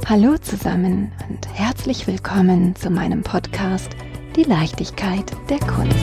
Hallo zusammen und herzlich willkommen zu meinem Podcast Die Leichtigkeit der Kunst.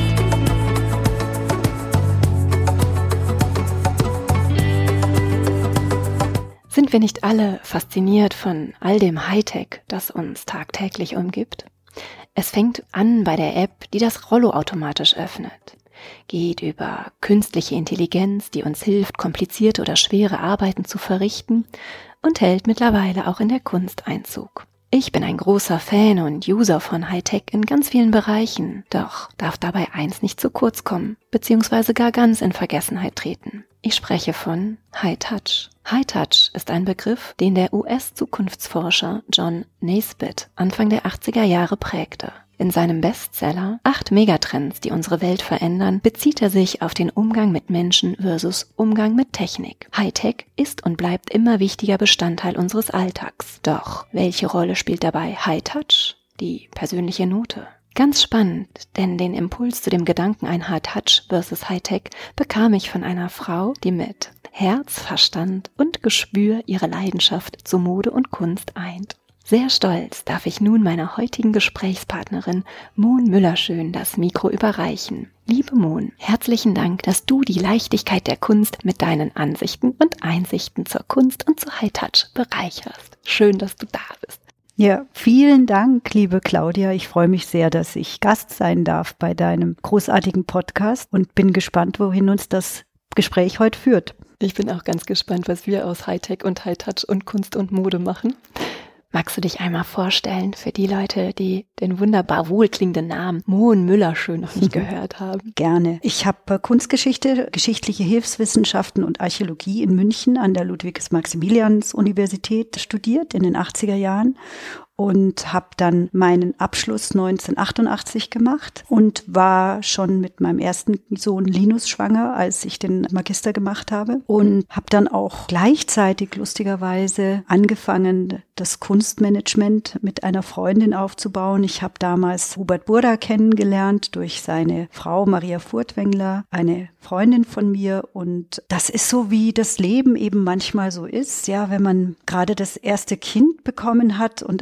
Sind wir nicht alle fasziniert von all dem Hightech, das uns tagtäglich umgibt? Es fängt an bei der App, die das Rollo automatisch öffnet, geht über künstliche Intelligenz, die uns hilft, komplizierte oder schwere Arbeiten zu verrichten, und hält mittlerweile auch in der Kunst Einzug. Ich bin ein großer Fan und User von Hightech in ganz vielen Bereichen, doch darf dabei eins nicht zu kurz kommen, beziehungsweise gar ganz in Vergessenheit treten. Ich spreche von High Touch. High Touch ist ein Begriff, den der US-Zukunftsforscher John Naisbitt Anfang der 80er Jahre prägte. In seinem Bestseller 8 Megatrends, die unsere Welt verändern, bezieht er sich auf den Umgang mit Menschen versus Umgang mit Technik. Hightech ist und bleibt immer wichtiger Bestandteil unseres Alltags. Doch welche Rolle spielt dabei High Touch, die persönliche Note? Ganz spannend, denn den Impuls zu dem Gedanken ein High Touch versus Hightech bekam ich von einer Frau, die mit Herz, Verstand und Gespür ihre Leidenschaft zu Mode und Kunst eint. Sehr stolz darf ich nun meiner heutigen Gesprächspartnerin Moon Müllerschön das Mikro überreichen. Liebe Moon, herzlichen Dank, dass du die Leichtigkeit der Kunst mit deinen Ansichten und Einsichten zur Kunst und zu High Touch bereicherst. Schön, dass du da bist. Ja, vielen Dank, liebe Claudia. Ich freue mich sehr, dass ich Gast sein darf bei deinem großartigen Podcast und bin gespannt, wohin uns das Gespräch heute führt. Ich bin auch ganz gespannt, was wir aus Hightech und High Touch und Kunst und Mode machen. Magst du dich einmal vorstellen für die Leute, die den wunderbar wohlklingenden Namen Moon Müllerschön noch nicht gehört haben? Gerne. Ich habe Kunstgeschichte, geschichtliche Hilfswissenschaften und Archäologie in München an der Ludwig-Maximilians-Universität studiert in den 80er Jahren. Und habe dann meinen Abschluss 1988 gemacht und war schon mit meinem ersten Sohn Linus schwanger, als ich den Magister gemacht habe. Und habe dann auch gleichzeitig lustigerweise angefangen, das Kunstmanagement mit einer Freundin aufzubauen. Ich habe damals Hubert Burda kennengelernt durch seine Frau Maria Furtwängler, eine Freundin von mir. Und das ist so, wie das Leben eben manchmal so ist. Ja, wenn man gerade das erste Kind bekommen hat und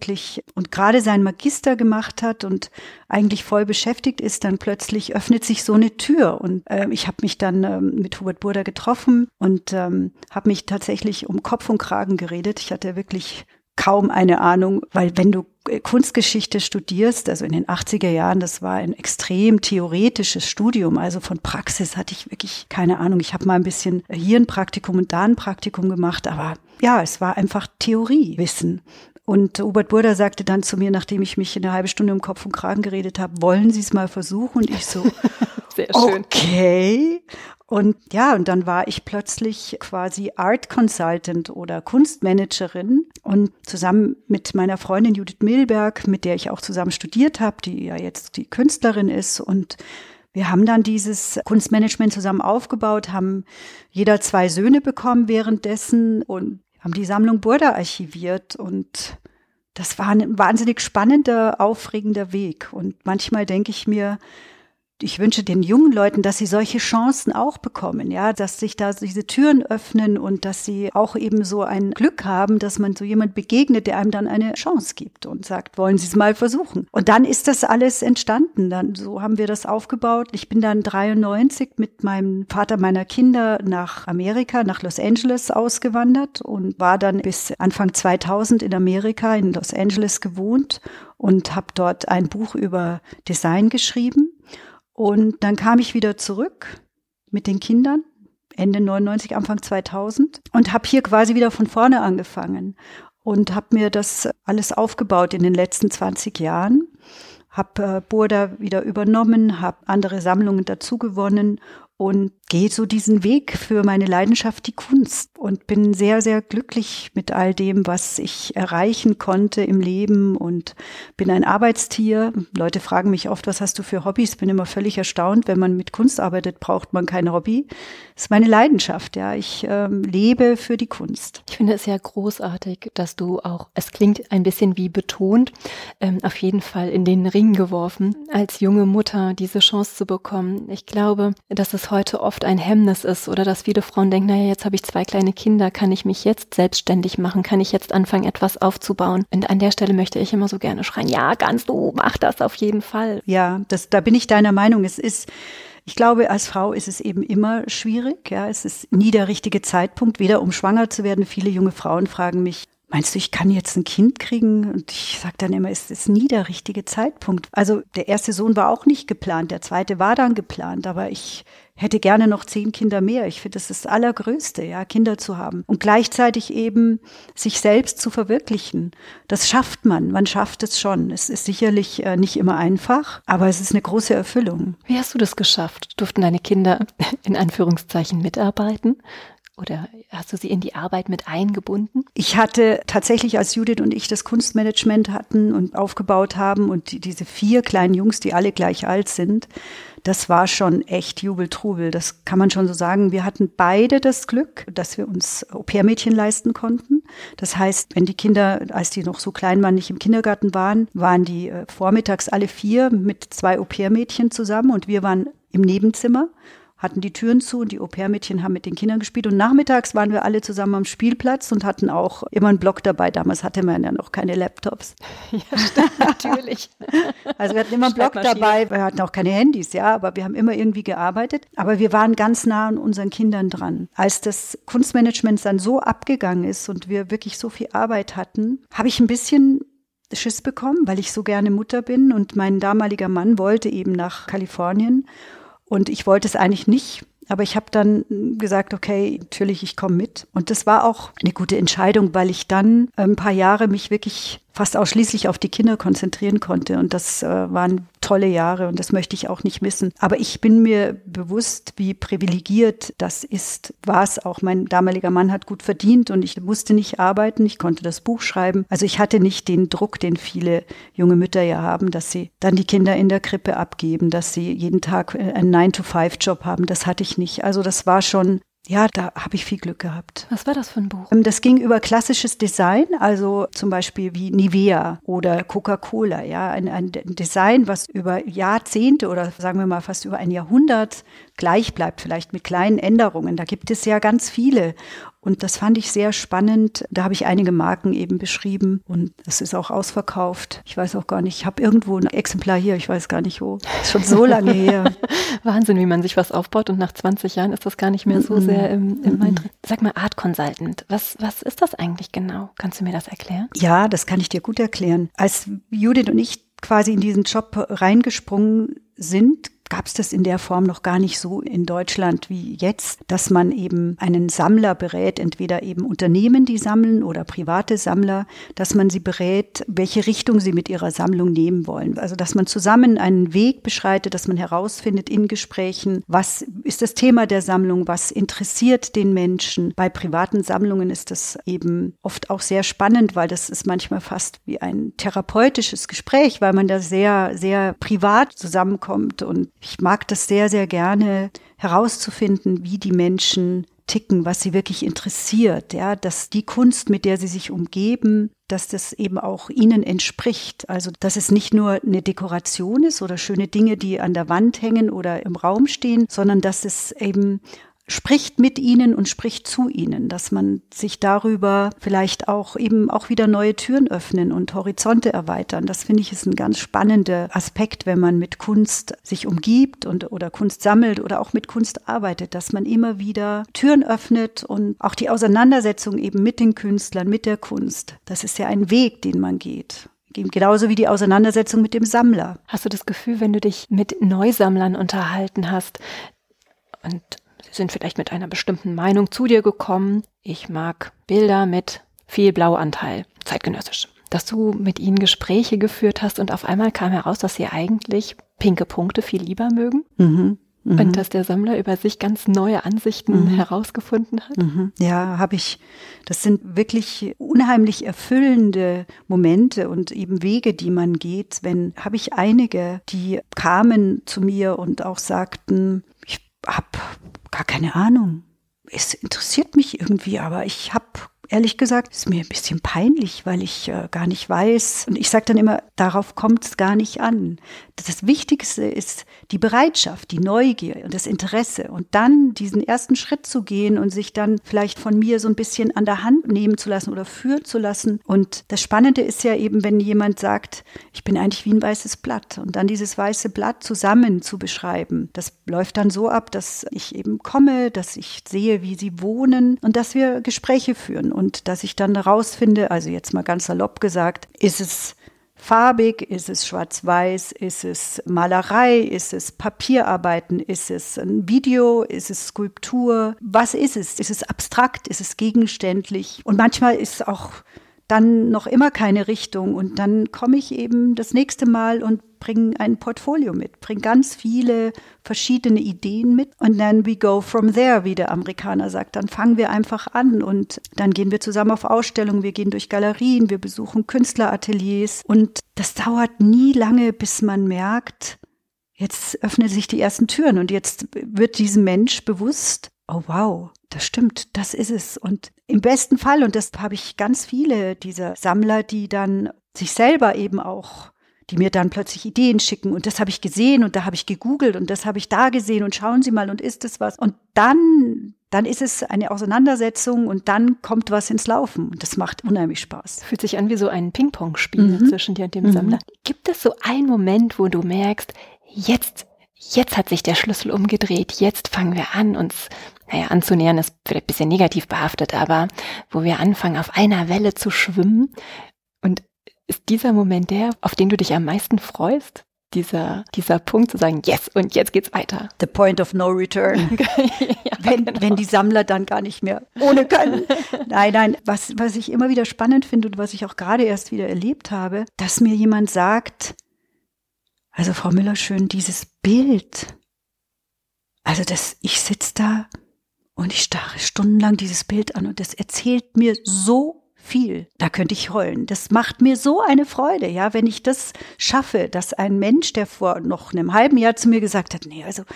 gerade seinen Magister gemacht hat und eigentlich voll beschäftigt ist, dann plötzlich öffnet sich so eine Tür. Und ich habe mich dann mit Hubert Burda getroffen und habe mich tatsächlich um Kopf und Kragen geredet. Ich hatte wirklich kaum eine Ahnung, weil wenn du Kunstgeschichte studierst, also in den 80er Jahren, das war ein extrem theoretisches Studium, also von Praxis hatte ich wirklich keine Ahnung. Ich habe mal ein bisschen hier ein Praktikum und da ein Praktikum gemacht, aber ja, es war einfach Theoriewissen. Und Hubert Burda sagte dann zu mir, nachdem ich mich eine halbe Stunde um Kopf und Kragen geredet habe, wollen Sie es mal versuchen? Und ich so, sehr schön. Okay. Und ja, und dann war ich plötzlich quasi Art Consultant oder Kunstmanagerin und zusammen mit meiner Freundin Judith Milberg, mit der ich auch zusammen studiert habe, die ja jetzt die Künstlerin ist, und wir haben dann dieses Kunstmanagement zusammen aufgebaut, haben jeder 2 Söhne bekommen währenddessen und haben die Sammlung Burda archiviert, und das war ein wahnsinnig spannender, aufregender Weg. Und manchmal denke ich mir, ich wünsche den jungen Leuten, dass sie solche Chancen auch bekommen, ja, dass sich da diese Türen öffnen und dass sie auch eben so ein Glück haben, dass man so jemand begegnet, der einem dann eine Chance gibt und sagt, wollen Sie es mal versuchen? Und dann ist das alles entstanden. Dann so haben wir das aufgebaut. Ich bin dann 93 mit meinem Vater meiner Kinder nach Amerika, nach Los Angeles ausgewandert und war dann bis Anfang 2000 in Amerika, in Los Angeles gewohnt und habe dort ein Buch über Design geschrieben. Und dann kam ich wieder zurück mit den Kindern, Ende 99, Anfang 2000, und habe hier quasi wieder von vorne angefangen und habe mir das alles aufgebaut in den letzten 20 Jahren, habe Burda wieder übernommen, habe andere Sammlungen dazu gewonnen und gehe so diesen Weg für meine Leidenschaft, die Kunst, und bin sehr, sehr glücklich mit all dem, was ich erreichen konnte im Leben, und bin ein Arbeitstier. Leute fragen mich oft, was hast du für Hobbys? Bin immer völlig erstaunt. Wenn man mit Kunst arbeitet, braucht man kein Hobby. Das ist meine Leidenschaft, ja. Ich lebe für die Kunst. Ich finde es ja großartig, dass du auch, es klingt ein bisschen wie betont, auf jeden Fall in den Ring geworfen, als junge Mutter diese Chance zu bekommen. Ich glaube, dass es heute oft ein Hemmnis ist oder dass viele Frauen denken, naja, jetzt habe ich 2 kleine Kinder, kann ich mich jetzt selbstständig machen, kann ich jetzt anfangen, etwas aufzubauen? Und an der Stelle möchte ich immer so gerne schreien, ja, kannst du, mach das auf jeden Fall. Ja, da bin ich deiner Meinung. Ich glaube, als Frau ist es eben immer schwierig. Ja, es ist nie der richtige Zeitpunkt, weder um schwanger zu werden. Viele junge Frauen fragen mich, meinst du, ich kann jetzt ein Kind kriegen? Und ich sage dann immer, es ist nie der richtige Zeitpunkt. Also der erste Sohn war auch nicht geplant, der zweite war dann geplant, aber ich hätte gerne noch 10 Kinder mehr. Ich finde, das ist das Allergrößte, ja, Kinder zu haben. Und gleichzeitig eben sich selbst zu verwirklichen. Das schafft man schafft es schon. Es ist sicherlich nicht immer einfach, aber es ist eine große Erfüllung. Wie hast du das geschafft? Durften deine Kinder in Anführungszeichen mitarbeiten? Oder hast du sie in die Arbeit mit eingebunden? Ich hatte tatsächlich, als Judith und ich das Kunstmanagement hatten und aufgebaut haben und diese 4 kleinen Jungs, die alle gleich alt sind, das war schon echt Jubeltrubel. Das kann man schon so sagen. Wir hatten beide das Glück, dass wir uns Au-pair-Mädchen leisten konnten. Das heißt, wenn die Kinder, als die noch so klein waren, nicht im Kindergarten waren, waren die vormittags alle 4 mit 2 Au-pair-Mädchen zusammen und wir waren im Nebenzimmer, hatten die Türen zu und die Au-pair-Mädchen haben mit den Kindern gespielt. Und nachmittags waren wir alle zusammen am Spielplatz und hatten auch immer einen Block dabei. Damals hatte man ja noch keine Laptops. Ja, stimmt, natürlich. Also wir hatten immer einen Block dabei. Wir hatten auch keine Handys, ja, aber wir haben immer irgendwie gearbeitet. Aber wir waren ganz nah an unseren Kindern dran. Als das Kunstmanagement dann so abgegangen ist und wir wirklich so viel Arbeit hatten, habe ich ein bisschen Schiss bekommen, weil ich so gerne Mutter bin. Und mein damaliger Mann wollte eben nach Kalifornien. Und ich wollte es eigentlich nicht, aber ich habe dann gesagt, okay, natürlich, ich komme mit. Und das war auch eine gute Entscheidung, weil ich dann ein paar Jahre mich wirklich fast ausschließlich auf die Kinder konzentrieren konnte. Und das waren tolle Jahre und das möchte ich auch nicht missen. Aber ich bin mir bewusst, wie privilegiert das ist. War es auch. Mein damaliger Mann hat gut verdient und ich musste nicht arbeiten. Ich konnte das Buch schreiben. Also ich hatte nicht den Druck, den viele junge Mütter ja haben, dass sie dann die Kinder in der Krippe abgeben, dass sie jeden Tag einen 9-to-5-Job haben. Das hatte ich nicht. Also das war schon, ja, da habe ich viel Glück gehabt. Was war das für ein Buch? Das ging über klassisches Design, also zum Beispiel wie Nivea oder Coca-Cola, ja, ein Design, was über Jahrzehnte oder sagen wir mal fast über ein Jahrhundert gleich bleibt, vielleicht mit kleinen Änderungen. Da gibt es ja ganz viele. Und das fand ich sehr spannend. Da habe ich einige Marken eben beschrieben und das ist auch ausverkauft. Ich weiß auch gar nicht, ich habe irgendwo ein Exemplar hier, ich weiß gar nicht wo. Das ist schon so lange her. Wahnsinn, wie man sich was aufbaut und nach 20 Jahren ist das gar nicht mehr so sehr im Mind drin. Sag mal, Art Consultant, was ist das eigentlich genau? Kannst du mir das erklären? Ja, das kann ich dir gut erklären. Als Judith und ich quasi in diesen Job reingesprungen sind, gab es das in der Form noch gar nicht so in Deutschland wie jetzt, dass man eben einen Sammler berät, entweder eben Unternehmen, die sammeln oder private Sammler, dass man sie berät, welche Richtung sie mit ihrer Sammlung nehmen wollen. Also dass man zusammen einen Weg beschreitet, dass man herausfindet in Gesprächen, was ist das Thema der Sammlung, was interessiert den Menschen. Bei privaten Sammlungen ist das eben oft auch sehr spannend, weil das ist manchmal fast wie ein therapeutisches Gespräch, weil man da sehr, sehr privat zusammenkommt und ich mag das sehr, sehr gerne herauszufinden, wie die Menschen ticken, was sie wirklich interessiert, ja, dass die Kunst, mit der sie sich umgeben, dass das eben auch ihnen entspricht. Also, dass es nicht nur eine Dekoration ist oder schöne Dinge, die an der Wand hängen oder im Raum stehen, sondern dass es eben spricht mit ihnen und spricht zu ihnen, dass man sich darüber vielleicht auch eben auch wieder neue Türen öffnen und Horizonte erweitern. Das finde ich ist ein ganz spannender Aspekt, wenn man mit Kunst sich umgibt oder Kunst sammelt oder auch mit Kunst arbeitet, dass man immer wieder Türen öffnet und auch die Auseinandersetzung eben mit den Künstlern, mit der Kunst. Das ist ja ein Weg, den man geht. Genauso wie die Auseinandersetzung mit dem Sammler. Hast du das Gefühl, wenn du dich mit Neusammlern unterhalten hast und sie sind vielleicht mit einer bestimmten Meinung zu dir gekommen. Ich mag Bilder mit viel Blauanteil, zeitgenössisch. Dass du mit ihnen Gespräche geführt hast und auf einmal kam heraus, dass sie eigentlich pinke Punkte viel lieber mögen. Und dass der Sammler über sich ganz neue Ansichten herausgefunden hat. Ja, habe ich. Das sind wirklich unheimlich erfüllende Momente und eben Wege, die man geht. Habe ich einige, die kamen zu mir und auch sagten, ich habe gar keine Ahnung. Es interessiert mich irgendwie, aber ich habe ehrlich gesagt, ist mir ein bisschen peinlich, weil ich gar nicht weiß. Und ich sage dann immer, darauf kommt es gar nicht an. Das Wichtigste ist die Bereitschaft, die Neugier und das Interesse. Und dann diesen ersten Schritt zu gehen und sich dann vielleicht von mir so ein bisschen an der Hand nehmen zu lassen oder führen zu lassen. Und das Spannende ist ja eben, wenn jemand sagt, ich bin eigentlich wie ein weißes Blatt. Und dann dieses weiße Blatt zusammen zu beschreiben. Das läuft dann so ab, dass ich eben komme, dass ich sehe, wie sie wohnen und dass wir Gespräche führen und dass ich dann herausfinde, also jetzt mal ganz salopp gesagt, ist es farbig, ist es schwarz-weiß, ist es Malerei, ist es Papierarbeiten, ist es ein Video, ist es Skulptur, was ist es? Ist es abstrakt, ist es gegenständlich? Und manchmal ist auch dann noch immer keine Richtung und dann komme ich eben das nächste Mal und bringe ein Portfolio mit, bringe ganz viele verschiedene Ideen mit und dann we go from there, wie der Amerikaner sagt. Dann fangen wir einfach an und dann gehen wir zusammen auf Ausstellungen, wir gehen durch Galerien, wir besuchen Künstlerateliers und das dauert nie lange, bis man merkt, jetzt öffnen sich die ersten Türen und jetzt wird diesem Mensch bewusst, oh wow, das stimmt, das ist es. Und im besten Fall, und das habe ich ganz viele dieser Sammler, die dann sich selber eben auch, die mir dann plötzlich Ideen schicken und das habe ich gesehen und da habe ich gegoogelt und das habe ich da gesehen und schauen Sie mal und ist das was? Und dann ist es eine Auseinandersetzung und dann kommt was ins Laufen. Und das macht unheimlich Spaß. Fühlt sich an wie so ein Ping-Pong-Spiel zwischen dir und dem Sammler. Gibt es so einen Moment, wo du merkst, jetzt hat sich der Schlüssel umgedreht, jetzt fangen wir an, uns anzunähern, ist vielleicht ein bisschen negativ behaftet, aber wo wir anfangen, auf einer Welle zu schwimmen. Und ist dieser Moment der, auf den du dich am meisten freust? Dieser Punkt zu sagen, yes, und jetzt geht's weiter. The point of no return. Wenn die Sammler dann gar nicht mehr ohne können. Nein, was ich immer wieder spannend finde und was ich auch gerade erst wieder erlebt habe, dass mir jemand sagt, also Frau Müller-Schön, dieses Bild, also ich sitze da und ich starre stundenlang dieses Bild an und das erzählt mir so viel. Da könnte ich heulen. Das macht mir so eine Freude, ja, wenn ich das schaffe, dass ein Mensch, der vor noch einem halben Jahr zu mir gesagt hat, nee, also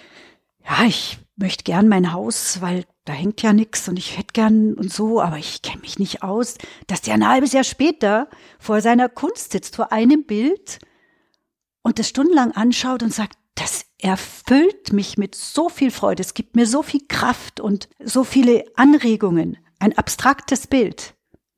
ja, ich möchte gern mein Haus, weil da hängt ja nichts und ich hätte gern und so, aber ich kenne mich nicht aus, dass der ein halbes Jahr später vor seiner Kunst sitzt, vor einem Bild und das stundenlang anschaut und sagt, das erfüllt mich mit so viel Freude, es gibt mir so viel Kraft und so viele Anregungen, ein abstraktes Bild.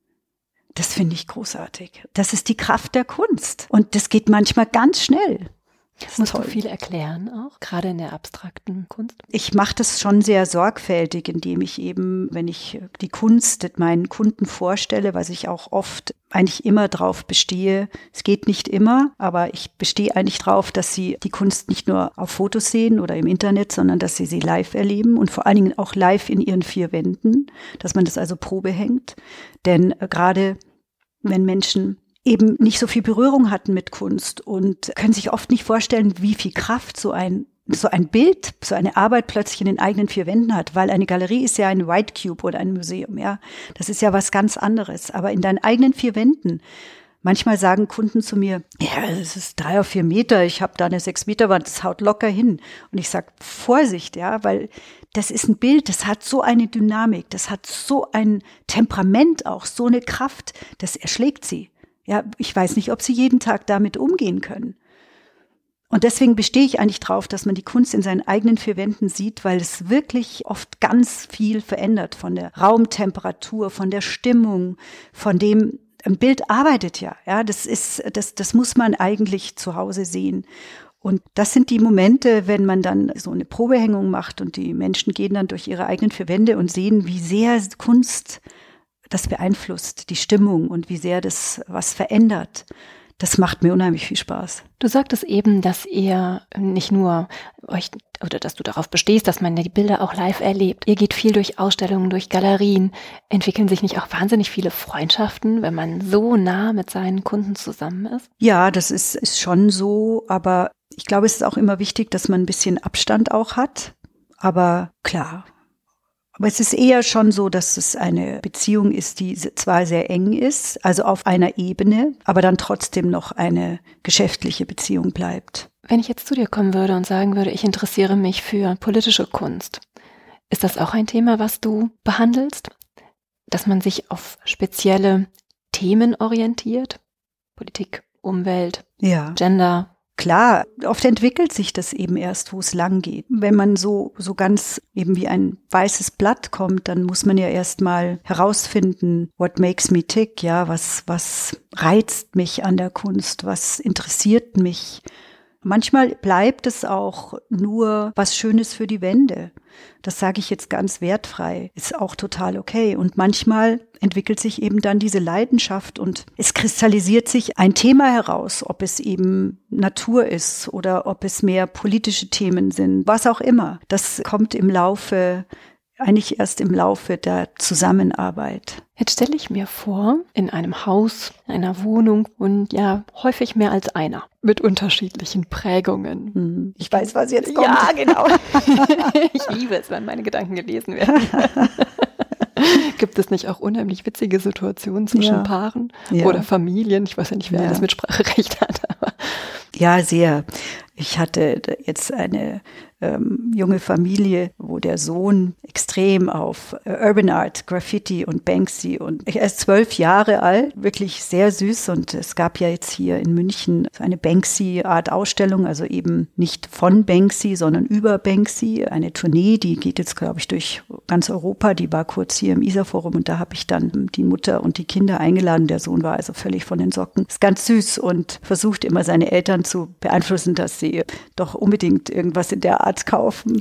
Das finde ich großartig. Das ist die Kraft der Kunst und das geht manchmal ganz schnell. Musst du viel erklären auch, gerade in der abstrakten Kunst? Ich mache das schon sehr sorgfältig, indem ich eben, wenn ich die Kunst meinen Kunden vorstelle, was ich auch oft eigentlich immer drauf bestehe, es geht nicht immer, aber ich bestehe eigentlich drauf, dass sie die Kunst nicht nur auf Fotos sehen oder im Internet, sondern dass sie live erleben und vor allen Dingen auch live in ihren vier Wänden, dass man das also Probe hängt. Denn gerade wenn Menschen eben nicht so viel Berührung hatten mit Kunst und können sich oft nicht vorstellen, wie viel Kraft so ein Bild, so eine Arbeit plötzlich in den eigenen vier Wänden hat, weil eine Galerie ist ja ein White Cube oder ein Museum, ja. Das ist ja was ganz anderes. Aber in deinen eigenen vier Wänden, manchmal sagen Kunden zu mir, ja, es ist 3 auf 4 Meter, ich habe da eine 6 Meter Wand, das haut locker hin. Und ich sage, Vorsicht, ja, weil das ist ein Bild, das hat so eine Dynamik, das hat so ein Temperament auch, so eine Kraft, das erschlägt sie. Ja, ich weiß nicht, ob sie jeden Tag damit umgehen können. Und deswegen bestehe ich eigentlich drauf, dass man die Kunst in seinen eigenen vier Wänden sieht, weil es wirklich oft ganz viel verändert von der Raumtemperatur, von der Stimmung, von dem, ein Bild arbeitet ja. Ja, das muss man eigentlich zu Hause sehen. Und das sind die Momente, wenn man dann so eine Probehängung macht und die Menschen gehen dann durch ihre eigenen vier Wände und sehen, wie sehr Kunst das beeinflusst, die Stimmung und wie sehr das was verändert. Das macht mir unheimlich viel Spaß. Du sagtest eben, dass ihr nicht nur oder dass du darauf bestehst, dass man die Bilder auch live erlebt. Ihr geht viel durch Ausstellungen, durch Galerien. Entwickeln sich nicht auch wahnsinnig viele Freundschaften, wenn man so nah mit seinen Kunden zusammen ist? Ja, das ist schon so, aber ich glaube, es ist auch immer wichtig, dass man ein bisschen Abstand auch hat. Aber klar. Aber es ist eher schon so, dass es eine Beziehung ist, die zwar sehr eng ist, also auf einer Ebene, aber dann trotzdem noch eine geschäftliche Beziehung bleibt. Wenn ich jetzt zu dir kommen würde und sagen würde, ich interessiere mich für politische Kunst, ist das auch ein Thema, was du behandelst? dass man sich auf spezielle Themen orientiert? Politik, Umwelt, Gender. Klar, oft entwickelt sich das eben erst, wo es lang geht. Wenn man so ganz eben wie ein weißes Blatt kommt, dann muss man ja erst mal herausfinden, what makes me tick, ja, was reizt mich an der Kunst, was interessiert mich. Manchmal bleibt es auch nur was Schönes für die Wände. Das sage ich jetzt ganz wertfrei, ist auch total okay. Und manchmal entwickelt sich eben dann diese Leidenschaft und es kristallisiert sich ein Thema heraus, ob es eben Natur ist oder ob es mehr politische Themen sind, was auch immer. Das kommt eigentlich erst im Laufe der Zusammenarbeit. Jetzt stelle ich mir vor, in einem Haus, in einer Wohnung und ja, häufig mehr als einer mit unterschiedlichen Prägungen. Ich weiß, was jetzt kommt. Ja, genau. Ich liebe es, wenn meine Gedanken gelesen werden. Gibt es nicht auch unheimlich witzige Situationen zwischen Paaren oder Familien? Ich weiß ja nicht, wer alles Mitspracherecht hat. Aber ja, sehr. Ich hatte jetzt eine junge Familie, wo der Sohn extrem auf Urban Art, Graffiti und Banksy und er ist 12 Jahre alt, wirklich sehr süß und es gab ja jetzt hier in München so eine Banksy-Art-Ausstellung, also eben nicht von Banksy, sondern über Banksy, eine Tournee, die geht jetzt, glaube ich, durch ganz Europa, die war kurz hier im Isar-Forum und da habe ich dann die Mutter und die Kinder eingeladen, der Sohn war also völlig von den Socken, ist ganz süß und versucht immer seine Eltern zu beeinflussen, dass sie doch unbedingt irgendwas in der Art kaufen.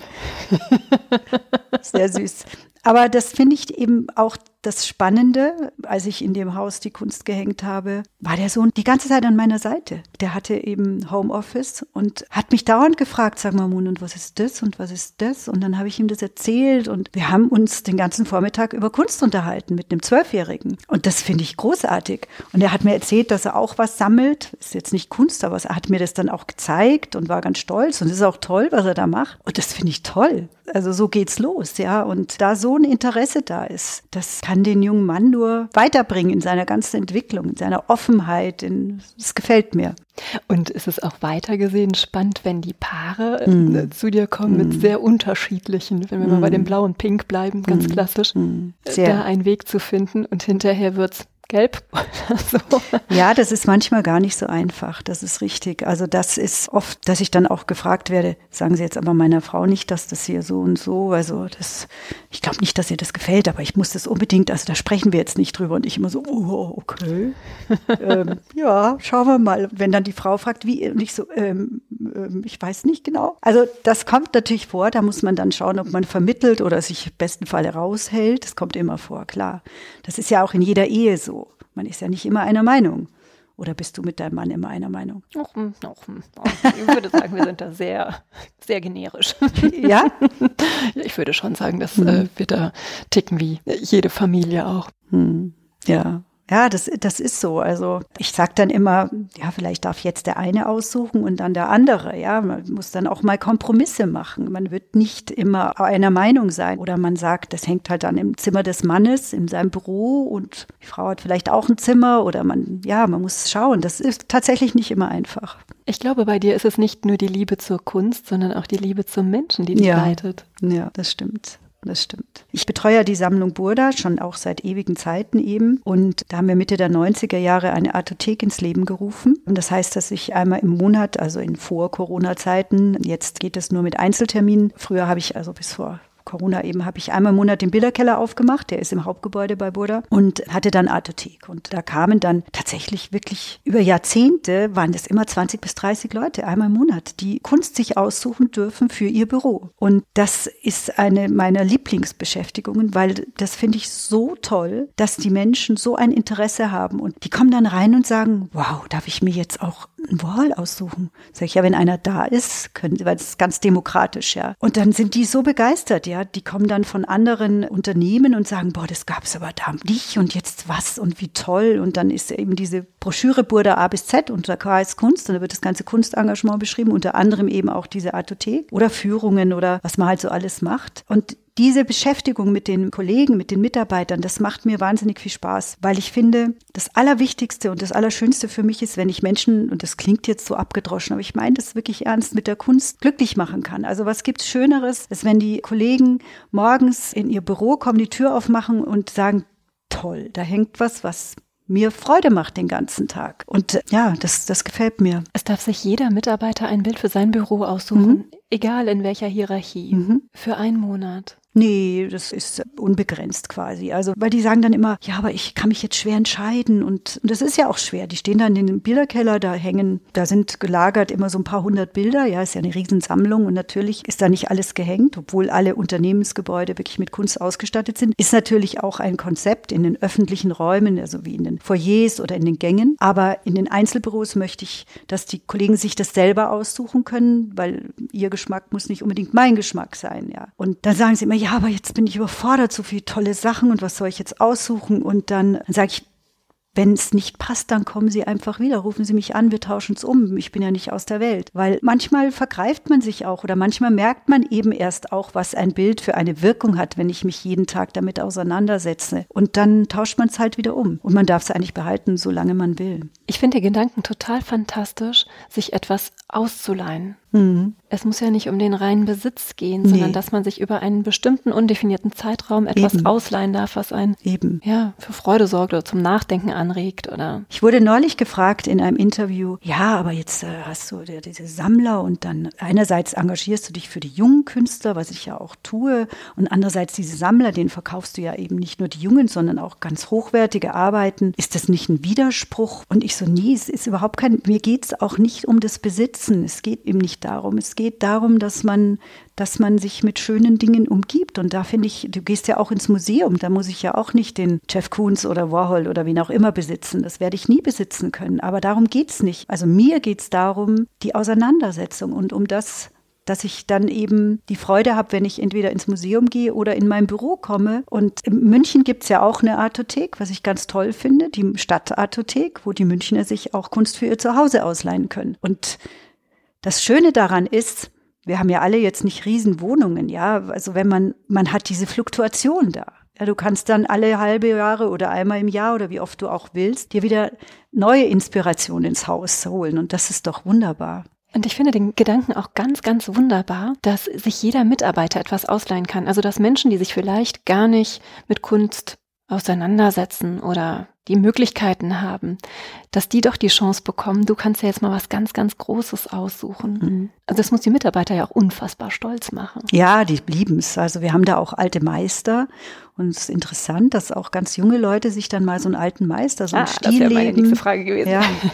Sehr süß. Aber das finde ich eben auch das Spannende, als ich in dem Haus die Kunst gehängt habe, war der Sohn die ganze Zeit an meiner Seite. Der hatte eben Homeoffice und hat mich dauernd gefragt, sag mal Moon, und was ist das und was ist das? Und dann habe ich ihm das erzählt und wir haben uns den ganzen Vormittag über Kunst unterhalten mit einem 12-Jährigen. Und das finde ich großartig. Und er hat mir erzählt, dass er auch was sammelt. Ist jetzt nicht Kunst, aber er hat mir das dann auch gezeigt und war ganz stolz. Und es ist auch toll, was er da macht. Und das finde ich toll. Also so geht's los, ja. Und da so ein Interesse da ist, das kann den jungen Mann nur weiterbringen in seiner ganzen Entwicklung, in seiner Offenheit. Das gefällt mir. Und ist es auch weitergesehen spannend, wenn die Paare zu dir kommen mit sehr unterschiedlichen, wenn wir mal bei dem Blau und Pink bleiben, ganz klassisch, da einen Weg zu finden und hinterher wird's gelb oder so. Ja, das ist manchmal gar nicht so einfach, das ist richtig. Also das ist oft, dass ich dann auch gefragt werde, sagen Sie jetzt aber meiner Frau nicht, dass das hier so und so, also ich glaube nicht, dass ihr das gefällt, aber ich muss das unbedingt, also da sprechen wir jetzt nicht drüber und ich immer so, oh, okay. Ja, schauen wir mal. Wenn dann die Frau fragt, wie, und ich so, ich weiß nicht genau. Also das kommt natürlich vor, da muss man dann schauen, ob man vermittelt oder sich im besten Fall raushält. Das kommt immer vor, klar. Das ist ja auch in jeder Ehe so. Man ist ja nicht immer einer Meinung. Oder bist du mit deinem Mann immer einer Meinung? Ich würde sagen, wir sind da sehr, sehr generisch. Ja? Ich würde schon sagen, dass wir da ticken wie jede Familie auch. Ja. Ja, das ist so. Also ich sage dann immer, ja, vielleicht darf jetzt der eine aussuchen und dann der andere. Ja, man muss dann auch mal Kompromisse machen. Man wird nicht immer einer Meinung sein. Oder man sagt, das hängt halt dann im Zimmer des Mannes, in seinem Büro und die Frau hat vielleicht auch ein Zimmer oder man muss schauen. Das ist tatsächlich nicht immer einfach. Ich glaube, bei dir ist es nicht nur die Liebe zur Kunst, sondern auch die Liebe zum Menschen, die dich leitet. Ja, das stimmt. Das stimmt. Ich betreue ja die Sammlung Burda schon auch seit ewigen Zeiten eben. Und da haben wir Mitte der 90er Jahre eine Artothek ins Leben gerufen. Und das heißt, dass ich einmal im Monat, also in Vor-Corona-Zeiten, jetzt geht es nur mit Einzelterminen. Früher habe ich, also bis vor Corona eben, habe ich einmal im Monat den Bilderkeller aufgemacht, der ist im Hauptgebäude bei Burda und hatte dann Artothek. Und da kamen dann tatsächlich wirklich über Jahrzehnte, waren das immer 20 bis 30 Leute, einmal im Monat, die Kunst sich aussuchen dürfen für ihr Büro. Und das ist eine meiner Lieblingsbeschäftigungen, weil das finde ich so toll, dass die Menschen so ein Interesse haben. Und die kommen dann rein und sagen, wow, darf ich mir jetzt auch ein Wall aussuchen? Sag ich, ja, wenn einer da ist, können sie, weil das ist ganz demokratisch, ja. Und dann sind die so begeistert, ja. Die kommen dann von anderen Unternehmen und sagen, boah, das gab's aber da nicht und jetzt was und wie toll. Und dann ist eben diese Broschüre Burda A bis Z unter KS Kunst und da wird das ganze Kunstengagement beschrieben, unter anderem eben auch diese Artothek oder Führungen oder was man halt so alles macht. Und diese Beschäftigung mit den Kollegen, mit den Mitarbeitern, das macht mir wahnsinnig viel Spaß, weil ich finde, das Allerwichtigste und das Allerschönste für mich ist, wenn ich Menschen, und das klingt jetzt so abgedroschen, aber ich meine das wirklich ernst, mit der Kunst glücklich machen kann. Also was gibt's Schöneres, als wenn die Kollegen morgens in ihr Büro kommen, die Tür aufmachen und sagen, toll. Da hängt was mir Freude macht den ganzen Tag. Und ja, das gefällt mir. Es darf sich jeder Mitarbeiter ein Bild für sein Büro aussuchen, egal in welcher Hierarchie, für einen Monat. Nee, das ist unbegrenzt quasi. Also, weil die sagen dann immer, ja, aber ich kann mich jetzt schwer entscheiden. Und das ist ja auch schwer. Die stehen dann in den Bilderkeller, da sind gelagert immer so ein paar hundert Bilder. Ja, ist ja eine Riesensammlung. Und natürlich ist da nicht alles gehängt, obwohl alle Unternehmensgebäude wirklich mit Kunst ausgestattet sind. Ist natürlich auch ein Konzept in den öffentlichen Räumen, also wie in den Foyers oder in den Gängen. Aber in den Einzelbüros möchte ich, dass die Kollegen sich das selber aussuchen können, weil ihr Geschmack muss nicht unbedingt mein Geschmack sein. Ja. Und dann sagen sie immer, ja, aber jetzt bin ich überfordert, so viele tolle Sachen und was soll ich jetzt aussuchen? Und dann sage ich, wenn es nicht passt, dann kommen Sie einfach wieder, rufen Sie mich an, wir tauschen es um. Ich bin ja nicht aus der Welt. Weil manchmal vergreift man sich auch oder manchmal merkt man eben erst auch, was ein Bild für eine Wirkung hat, wenn ich mich jeden Tag damit auseinandersetze. Und dann tauscht man es halt wieder um. Und man darf es eigentlich behalten, solange man will. Ich finde den Gedanken total fantastisch, sich etwas auszuleihen. Es muss ja nicht um den reinen Besitz gehen, sondern dass man sich über einen bestimmten undefinierten Zeitraum etwas ausleihen darf, was einen für Freude sorgt oder zum Nachdenken anregt. Oder ich wurde neulich gefragt in einem Interview, ja, aber jetzt hast du diese Sammler und dann einerseits engagierst du dich für die jungen Künstler, was ich ja auch tue, und andererseits diese Sammler, denen verkaufst du ja eben nicht nur die jungen, sondern auch ganz hochwertige Arbeiten. Ist das nicht ein Widerspruch? Und ich so, nee, es ist überhaupt mir geht es auch nicht um das Besitzen. Es geht eben nicht darum. Es geht darum, dass man sich mit schönen Dingen umgibt. Und da finde ich, du gehst ja auch ins Museum, da muss ich ja auch nicht den Jeff Koons oder Warhol oder wen auch immer besitzen. Das werde ich nie besitzen können. Aber darum geht's nicht. Also mir geht's darum, die Auseinandersetzung und um das, dass ich dann eben die Freude habe, wenn ich entweder ins Museum gehe oder in mein Büro komme. Und in München gibt es ja auch eine Artothek, was ich ganz toll finde, die Stadtartothek, wo die Münchner sich auch Kunst für ihr Zuhause ausleihen können. Und das Schöne daran ist, wir haben ja alle jetzt nicht Riesenwohnungen, ja, also wenn man hat diese Fluktuation da. Ja, du kannst dann alle halbe Jahre oder einmal im Jahr oder wie oft du auch willst, dir wieder neue Inspiration ins Haus holen und das ist doch wunderbar. Und ich finde den Gedanken auch ganz, ganz wunderbar, dass sich jeder Mitarbeiter etwas ausleihen kann. Also dass Menschen, die sich vielleicht gar nicht mit Kunst auseinandersetzen oder die Möglichkeiten haben, dass die doch die Chance bekommen, du kannst ja jetzt mal was ganz, ganz Großes aussuchen. Also das muss die Mitarbeiter ja auch unfassbar stolz machen. Ja, die lieben es. Also wir haben da auch alte Meister und es ist interessant, dass auch ganz junge Leute sich dann mal so einen alten Meister, so einen Stil das wäre meine nächste Frage gewesen.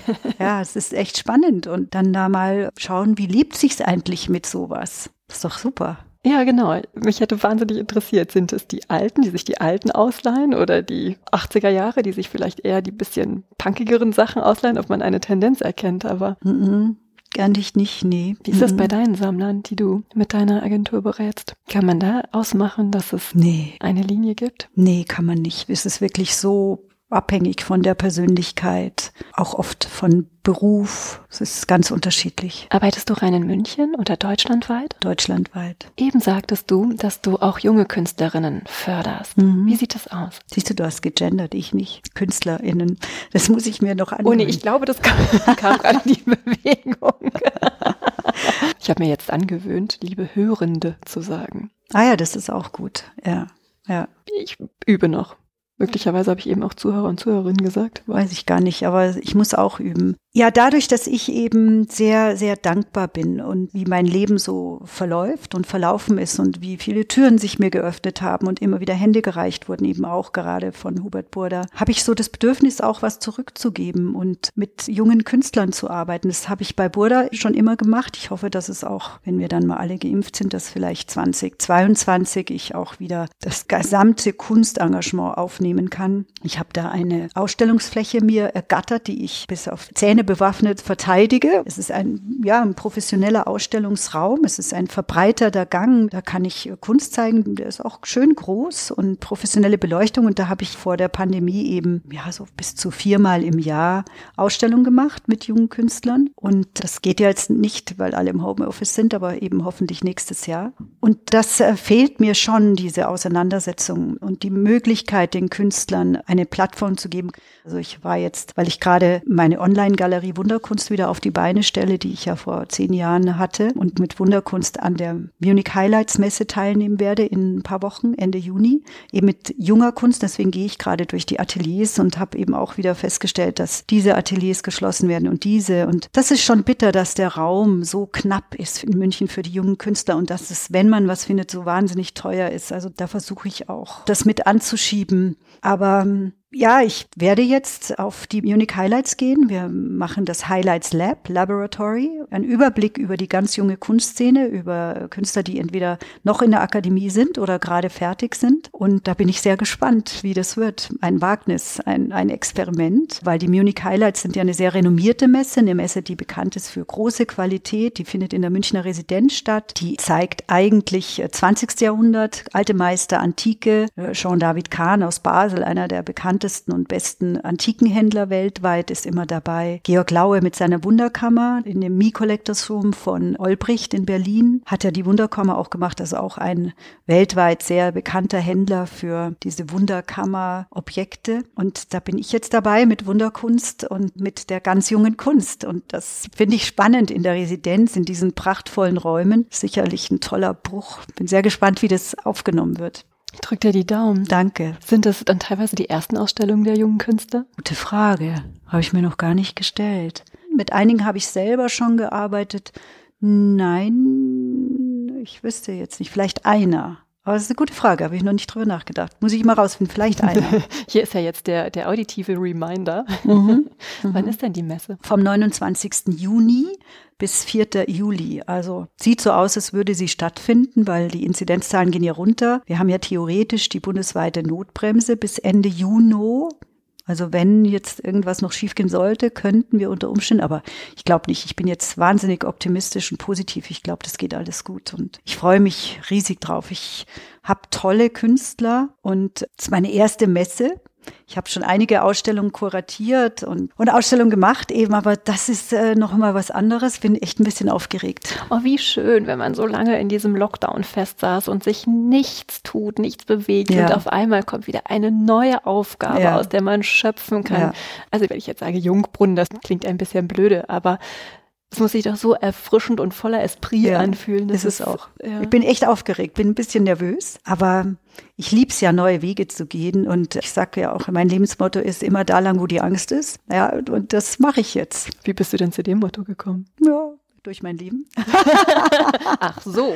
Ja, es ist echt spannend und dann da mal schauen, wie lebt sich's eigentlich mit sowas. Das ist doch super. Ja, genau. Mich hätte wahnsinnig interessiert, sind es die Alten, die sich die Alten ausleihen oder die 80er Jahre, die sich vielleicht eher die bisschen punkigeren Sachen ausleihen, ob man eine Tendenz erkennt, aber Eigentlich nicht, nee. Wie ist das bei deinen Sammlern, die du mit deiner Agentur berätst? Kann man da ausmachen, dass es eine Linie gibt? Nee, kann man nicht. Es ist wirklich so abhängig von der Persönlichkeit, auch oft von Beruf. Es ist ganz unterschiedlich. Arbeitest du rein in München oder deutschlandweit? Deutschlandweit. Eben sagtest du, dass du auch junge Künstlerinnen förderst. Wie sieht das aus? Siehst du, du hast gegendert, ich nicht. KünstlerInnen. Das muss ich mir noch angewöhnen. Oh nee, ich glaube, das kam gerade in die Bewegung. Ich habe mir jetzt angewöhnt, liebe Hörende zu sagen. Ah ja, das ist auch gut. Ja. Ich übe noch. Möglicherweise habe ich eben auch Zuhörer und Zuhörerinnen gesagt. Weiß ich gar nicht, aber ich muss auch üben. Ja, dadurch, dass ich eben sehr, sehr dankbar bin und wie mein Leben so verläuft und verlaufen ist und wie viele Türen sich mir geöffnet haben und immer wieder Hände gereicht wurden, eben auch gerade von Hubert Burda, habe ich so das Bedürfnis, auch was zurückzugeben und mit jungen Künstlern zu arbeiten. Das habe ich bei Burda schon immer gemacht. Ich hoffe, dass es auch, wenn wir dann mal alle geimpft sind, dass vielleicht 2022 ich auch wieder das gesamte Kunstengagement aufnehmen kann. Ich habe da eine Ausstellungsfläche mir ergattert, die ich bis auf Zähne bewaffnet verteidige. Es ist ein professioneller Ausstellungsraum. Es ist ein verbreiterter Gang. Da kann ich Kunst zeigen. Der ist auch schön groß und professionelle Beleuchtung. Und da habe ich vor der Pandemie eben so bis zu 4-mal im Jahr Ausstellungen gemacht mit jungen Künstlern. Und das geht ja jetzt nicht, weil alle im Homeoffice sind, aber eben hoffentlich nächstes Jahr. Und das fehlt mir schon, diese Auseinandersetzung und die Möglichkeit, den Künstlern eine Plattform zu geben. Also ich war jetzt, weil ich gerade meine Online-Galerie Galerie Wunderkunst wieder auf die Beine stelle, die ich ja vor 10 Jahren hatte und mit Wunderkunst an der Munich Highlights Messe teilnehmen werde in ein paar Wochen, Ende Juni, eben mit junger Kunst. Deswegen gehe ich gerade durch die Ateliers und habe eben auch wieder festgestellt, dass diese Ateliers geschlossen werden und diese. Und das ist schon bitter, dass der Raum so knapp ist in München für die jungen Künstler und dass es, wenn man was findet, so wahnsinnig teuer ist. Also da versuche ich auch, das mit anzuschieben. Aber ja, ich werde jetzt auf die Munich Highlights gehen. Wir machen das Highlights Laboratory, ein Überblick über die ganz junge Kunstszene, über Künstler, die entweder noch in der Akademie sind oder gerade fertig sind. Und da bin ich sehr gespannt, wie das wird. Ein Wagnis, ein Experiment, weil die Munich Highlights sind ja eine sehr renommierte Messe, eine Messe, die bekannt ist für große Qualität. Die findet in der Münchner Residenz statt. Die zeigt eigentlich 20. Jahrhundert, alte Meister, Antike. Jean-David Kahn aus Basel, einer der bekanntesten und besten Antikenhändler weltweit, ist immer dabei. Georg Laue mit seiner Wunderkammer in dem Me-Collectors Room von Olbricht in Berlin hat er die Wunderkammer auch gemacht, also auch ein weltweit sehr bekannter Händler für diese Wunderkammer-Objekte. Und da bin ich jetzt dabei mit Wunderkunst und mit der ganz jungen Kunst. Und das finde ich spannend in der Residenz, in diesen prachtvollen Räumen. Sicherlich ein toller Bruch. Bin sehr gespannt, wie das aufgenommen wird. Ich drücke dir die Daumen. Danke. Sind das dann teilweise die ersten Ausstellungen der jungen Künstler? Gute Frage. Habe ich mir noch gar nicht gestellt. Mit einigen habe ich selber schon gearbeitet. Nein, ich wüsste jetzt nicht. Vielleicht einer. Aber das ist eine gute Frage, habe ich noch nicht drüber nachgedacht. Muss ich mal rausfinden, vielleicht einer. Hier ist ja jetzt der auditive Reminder. Wann ist denn die Messe? Vom 29. Juni bis 4. Juli. Also sieht so aus, als würde sie stattfinden, weil die Inzidenzzahlen gehen ja runter. Wir haben ja theoretisch die bundesweite Notbremse bis Ende Juni. Also wenn jetzt irgendwas noch schiefgehen sollte, könnten wir unter Umständen, aber ich glaube nicht. Ich bin jetzt wahnsinnig optimistisch und positiv. Ich glaube, das geht alles gut und ich freue mich riesig drauf. Ich habe tolle Künstler und es ist meine erste Messe. Ich habe schon einige Ausstellungen kuratiert und Ausstellungen gemacht eben, aber das ist noch mal was anderes. Bin echt ein bisschen aufgeregt. Oh, wie schön, wenn man so lange in diesem Lockdown festsaß und sich nichts tut, nichts bewegt und auf einmal kommt wieder eine neue Aufgabe, aus der man schöpfen kann. Ja. Also wenn ich jetzt sage Jungbrunnen, das klingt ein bisschen blöde, aber es muss sich doch so erfrischend und voller Esprit anfühlen. Das ist auch. Ja. Ich bin echt aufgeregt, bin ein bisschen nervös, aber ich liebe es ja, neue Wege zu gehen. Und ich sage ja auch, mein Lebensmotto ist immer da lang, wo die Angst ist. Ja, und das mache ich jetzt. Wie bist du denn zu dem Motto gekommen? Ja, durch mein Leben. Ach so.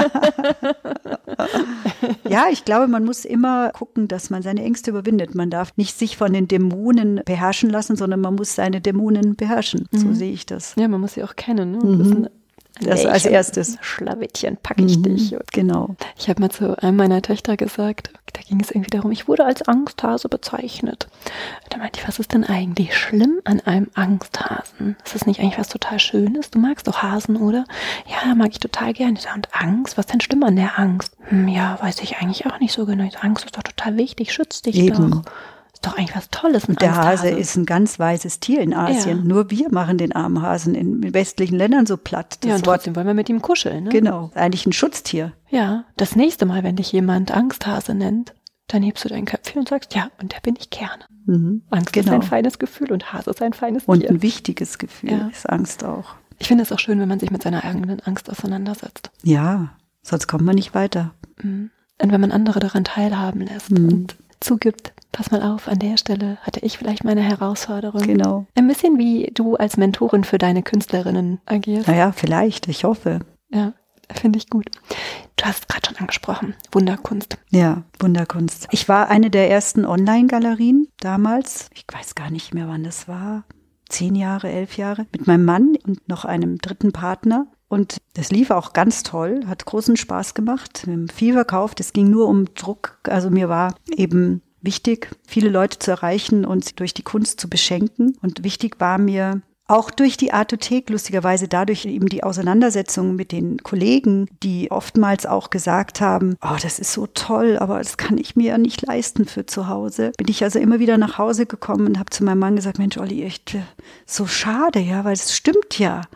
Ja, ich glaube, man muss immer gucken, dass man seine Ängste überwindet. Man darf nicht sich von den Dämonen beherrschen lassen, sondern man muss seine Dämonen beherrschen. So sehe ich das. Ja, man muss sie auch kennen. Ne? Das als erstes. Schlawittchen, packe ich dich. Genau. Ich habe mal zu einem meiner Töchter gesagt, da ging es irgendwie darum, ich wurde als Angsthase bezeichnet. Da meinte ich, was ist denn eigentlich schlimm an einem Angsthasen? Ist das nicht eigentlich was total Schönes? Du magst doch Hasen, oder? Ja, mag ich total gerne. Und Angst? Was ist denn schlimm an der Angst? Ja, weiß ich eigentlich auch nicht so genau. Angst ist doch total wichtig, schützt dich doch. Doch eigentlich was Tolles. Und der Hase ist ein ganz weißes Tier in Asien. Ja. Nur wir machen den armen Hasen in westlichen Ländern so platt. Das und trotzdem wollen wir mit ihm kuscheln. Ne? Genau, eigentlich ein Schutztier. Ja, das nächste Mal, wenn dich jemand Angsthase nennt, dann hebst du dein Köpfchen und sagst, ja, und der bin ich gerne. Angst ist ein feines Gefühl und Hase ist ein feines Tier. Und ein wichtiges Gefühl ist Angst auch. Ich finde es auch schön, wenn man sich mit seiner eigenen Angst auseinandersetzt. Ja, sonst kommt man nicht weiter. Und wenn man andere daran teilhaben lässt und zugibt, pass mal auf, an der Stelle hatte ich vielleicht meine Herausforderung. Genau. Ein bisschen wie du als Mentorin für deine Künstlerinnen agierst. Naja, vielleicht, ich hoffe. Ja, finde ich gut. Du hast gerade schon angesprochen, Wunderkunst. Ja, Wunderkunst. Ich war eine der ersten Online-Galerien damals. Ich weiß gar nicht mehr, wann das war. 10 Jahre, 11 Jahre. Mit meinem Mann und noch einem dritten Partner. Und das lief auch ganz toll, hat großen Spaß gemacht. Wir haben viel verkauft, es ging nur um Druck. Also mir war eben wichtig, viele Leute zu erreichen und durch die Kunst zu beschenken. Und wichtig war mir auch durch die Artothek, lustigerweise dadurch eben die Auseinandersetzung mit den Kollegen, die oftmals auch gesagt haben, oh, das ist so toll, aber das kann ich mir ja nicht leisten für zu Hause. Bin ich also immer wieder nach Hause gekommen und habe zu meinem Mann gesagt, Mensch, Olli, echt so schade, ja, weil es stimmt ja.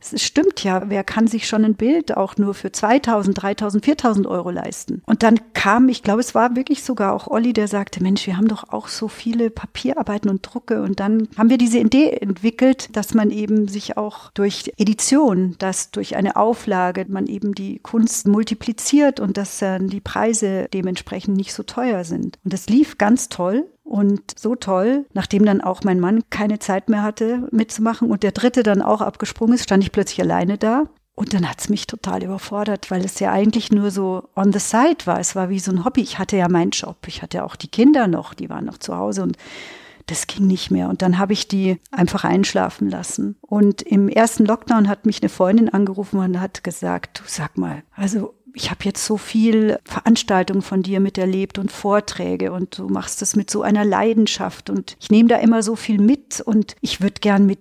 es stimmt ja, wer kann sich schon ein Bild auch nur für 2.000, 3.000, 4.000 Euro leisten? Und dann kam, ich glaube, es war wirklich sogar auch Olli, der sagte, Mensch, wir haben doch auch so viele Papierarbeiten und Drucke. Und dann haben wir diese Idee entwickelt, dass man eben sich auch durch Edition, dass durch eine Auflage man eben die Kunst multipliziert und dass dann die Preise dementsprechend nicht so teuer sind. Und das lief ganz toll. Und so toll, nachdem dann auch mein Mann keine Zeit mehr hatte mitzumachen und der dritte dann auch abgesprungen ist, stand ich plötzlich alleine da. Und dann hat's mich total überfordert, weil es ja eigentlich nur so on the side war. Es war wie so ein Hobby. Ich hatte ja meinen Job. Ich hatte auch die Kinder noch, die waren noch zu Hause und das ging nicht mehr. Und dann habe ich die einfach einschlafen lassen. Und im ersten Lockdown hat mich eine Freundin angerufen und hat gesagt, du sag mal, also ich habe jetzt so viel Veranstaltungen von dir miterlebt und Vorträge und du machst das mit so einer Leidenschaft und ich nehme da immer so viel mit und ich würde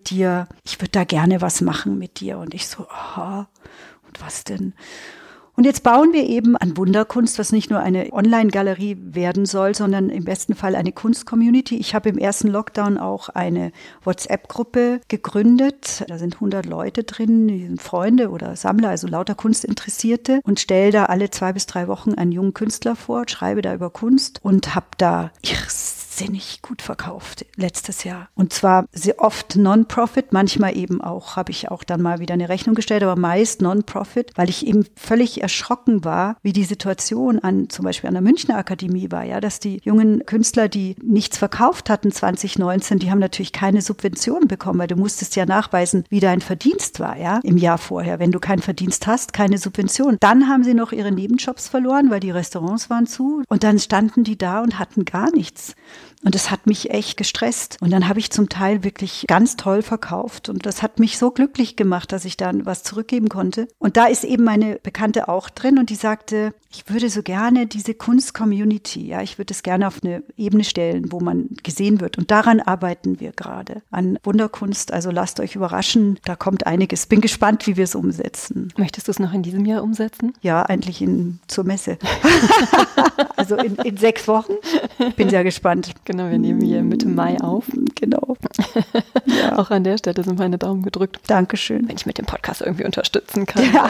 da gerne was machen mit dir. Und ich so, aha, und was denn? Und jetzt bauen wir eben an Wunderkunst, was nicht nur eine Online-Galerie werden soll, sondern im besten Fall eine Kunst-Community. Ich habe im ersten Lockdown auch eine WhatsApp-Gruppe gegründet. Da sind 100 Leute drin, die sind Freunde oder Sammler, also lauter Kunstinteressierte und stelle da alle 2 bis 3 Wochen einen jungen Künstler vor, schreibe da über Kunst und habe da irrsinnig gut verkauft letztes Jahr. Und zwar sehr oft Non-Profit, manchmal eben auch, habe ich auch dann mal wieder eine Rechnung gestellt, aber meist Non-Profit, weil ich eben völlig erschrocken war, wie die Situation zum Beispiel an der Münchner Akademie war, ja, dass die jungen Künstler, die nichts verkauft hatten 2019, die haben natürlich keine Subventionen bekommen, weil du musstest ja nachweisen, wie dein Verdienst war, ja, im Jahr vorher. Wenn du keinen Verdienst hast, keine Subvention. Dann haben sie noch ihre Nebenjobs verloren, weil die Restaurants waren zu und dann standen die da und hatten gar nichts. Und das hat mich echt gestresst. Und dann habe ich zum Teil wirklich ganz toll verkauft. Und das hat mich so glücklich gemacht, dass ich dann was zurückgeben konnte. Und da ist eben meine Bekannte auch drin und die sagte, ich würde so gerne diese Kunst-Community, ja, ich würde es gerne auf eine Ebene stellen, wo man gesehen wird. Und daran arbeiten wir gerade, an Wunderkunst. Also lasst euch überraschen, da kommt einiges. Bin gespannt, wie wir es umsetzen. Möchtest du es noch in diesem Jahr umsetzen? Ja, eigentlich zur Messe. Also in 6 Wochen. Bin sehr gespannt. Genau, wir nehmen hier Mitte Mai auf. Genau. Ja. Auch an der Stelle sind meine Daumen gedrückt. Dankeschön. Wenn ich mit dem Podcast irgendwie unterstützen kann, ja.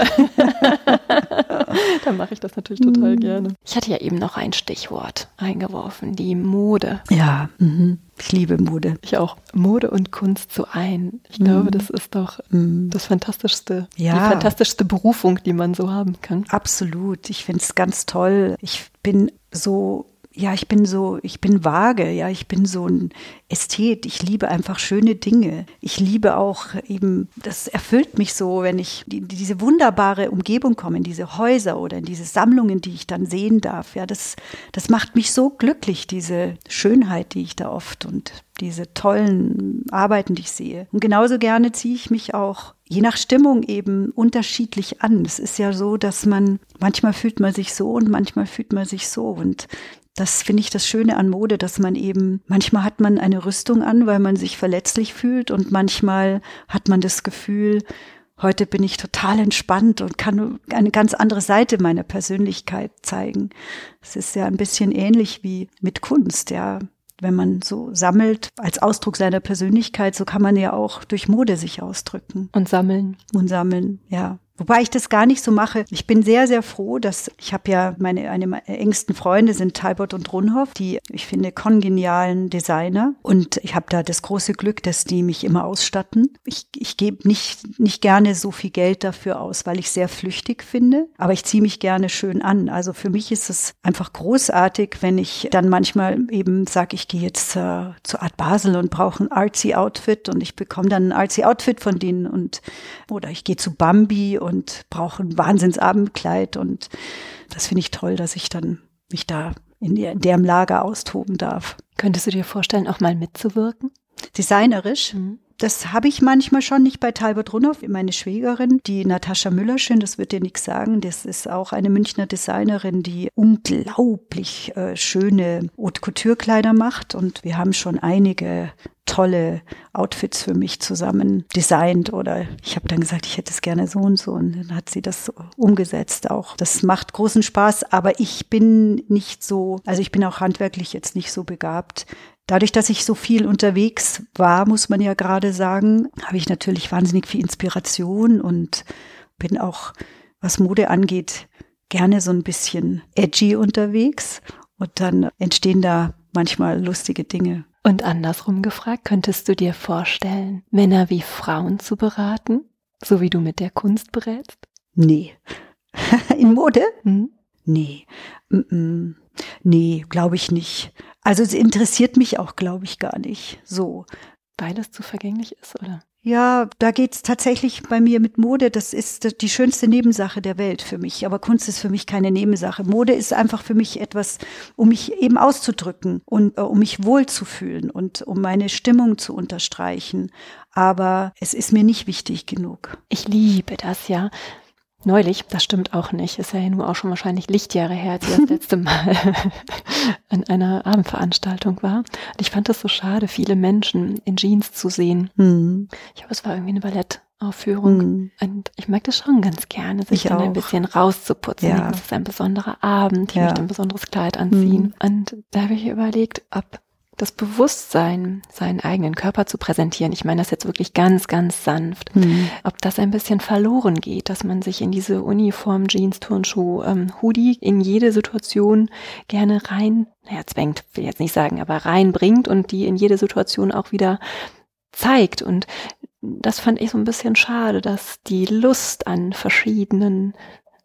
Dann mache ich das natürlich total gerne. Ich hatte ja eben noch ein Stichwort eingeworfen, die Mode. Ja, ich liebe Mode. Ich auch. Mode und Kunst so ein. Ich glaube, das ist doch das Fantastischste, die fantastischste Berufung, die man so haben kann. Absolut. Ich finde es ganz toll. Ich bin vage, ja, ich bin so ein Ästhet, ich liebe einfach schöne Dinge. Ich liebe auch eben, das erfüllt mich so, wenn ich in diese wunderbare Umgebung komme, in diese Häuser oder in diese Sammlungen, die ich dann sehen darf. Ja, das macht mich so glücklich, diese Schönheit, die ich da oft und diese tollen Arbeiten, die ich sehe. Und genauso gerne ziehe ich mich auch je nach Stimmung eben unterschiedlich an. Es ist ja so, dass manchmal fühlt man sich so und manchmal fühlt man sich so. Und das finde ich das Schöne an Mode, dass manchmal hat man eine Rüstung an, weil man sich verletzlich fühlt und manchmal hat man das Gefühl, heute bin ich total entspannt und kann eine ganz andere Seite meiner Persönlichkeit zeigen. Es ist ja ein bisschen ähnlich wie mit Kunst, ja. Wenn man so sammelt als Ausdruck seiner Persönlichkeit, so kann man ja auch durch Mode sich ausdrücken. Und sammeln. Und sammeln, ja. Wobei ich das gar nicht so mache. Ich bin sehr, sehr froh, dass ich habe ja eine meiner engsten Freunde sind Talbot und Runhoff, die, ich finde, kongenialen Designer. Und ich habe da das große Glück, dass die mich immer ausstatten. Ich gebe nicht gerne so viel Geld dafür aus, weil ich sehr flüchtig finde. Aber ich ziehe mich gerne schön an. Also für mich ist es einfach großartig, wenn ich dann manchmal eben sage, ich gehe jetzt zur Art Basel und brauche ein artsy Outfit und ich bekomme dann ein artsy Outfit von denen oder ich gehe zu Bambi und brauche ein Wahnsinnsabendkleid und das finde ich toll, dass ich dann mich da in deren Lager austoben darf. Könntest du dir vorstellen, auch mal mitzuwirken? Designerisch? Das habe ich manchmal schon, nicht bei Talbot Runhoff, meine Schwägerin, die Natascha Müllerschön, das wird dir nichts sagen, das ist auch eine Münchner Designerin, die unglaublich schöne Haute-Couture-Kleider macht und wir haben schon einige tolle Outfits für mich zusammen designt oder ich habe dann gesagt, ich hätte es gerne so und so und dann hat sie das so umgesetzt auch. Das macht großen Spaß, aber ich bin nicht so, also ich bin auch handwerklich jetzt nicht so begabt. Dadurch, dass ich so viel unterwegs war, muss man ja gerade sagen, habe ich natürlich wahnsinnig viel Inspiration und bin auch, was Mode angeht, gerne so ein bisschen edgy unterwegs und dann entstehen da manchmal lustige Dinge. Und andersrum gefragt, könntest du dir vorstellen, Männer wie Frauen zu beraten, so wie du mit der Kunst berätst? Nee. In Mode? Hm? Nee. Nee, glaube ich nicht. Also es interessiert mich auch, glaube ich, gar nicht so. Weil es zu vergänglich ist, oder? Ja, da geht's tatsächlich bei mir mit Mode. Das ist die schönste Nebensache der Welt für mich. Aber Kunst ist für mich keine Nebensache. Mode ist einfach für mich etwas, um mich eben auszudrücken und um mich wohlzufühlen und um meine Stimmung zu unterstreichen. Aber es ist mir nicht wichtig genug. Ich liebe das, ja. Neulich, das stimmt auch nicht, ist ja nur auch schon wahrscheinlich Lichtjahre her, als ich das letzte Mal an einer Abendveranstaltung war. Und ich fand es so schade, viele Menschen in Jeans zu sehen. Ich glaube, es war irgendwie eine Ballettaufführung. Und ich mag das schon ganz gerne, sich dann ein bisschen rauszuputzen. Ja. Es ist ein besonderer Abend, ich möchte ein besonderes Kleid anziehen. Und da habe ich überlegt, ob das Bewusstsein, seinen eigenen Körper zu präsentieren, ich meine das jetzt wirklich ganz, ganz sanft, ob das ein bisschen verloren geht, dass man sich in diese Uniform, Jeans, Turnschuh, Hoodie in jede Situation gerne zwängt, will ich jetzt nicht sagen, aber reinbringt und die in jede Situation auch wieder zeigt. Und das fand ich so ein bisschen schade, dass die Lust an verschiedenen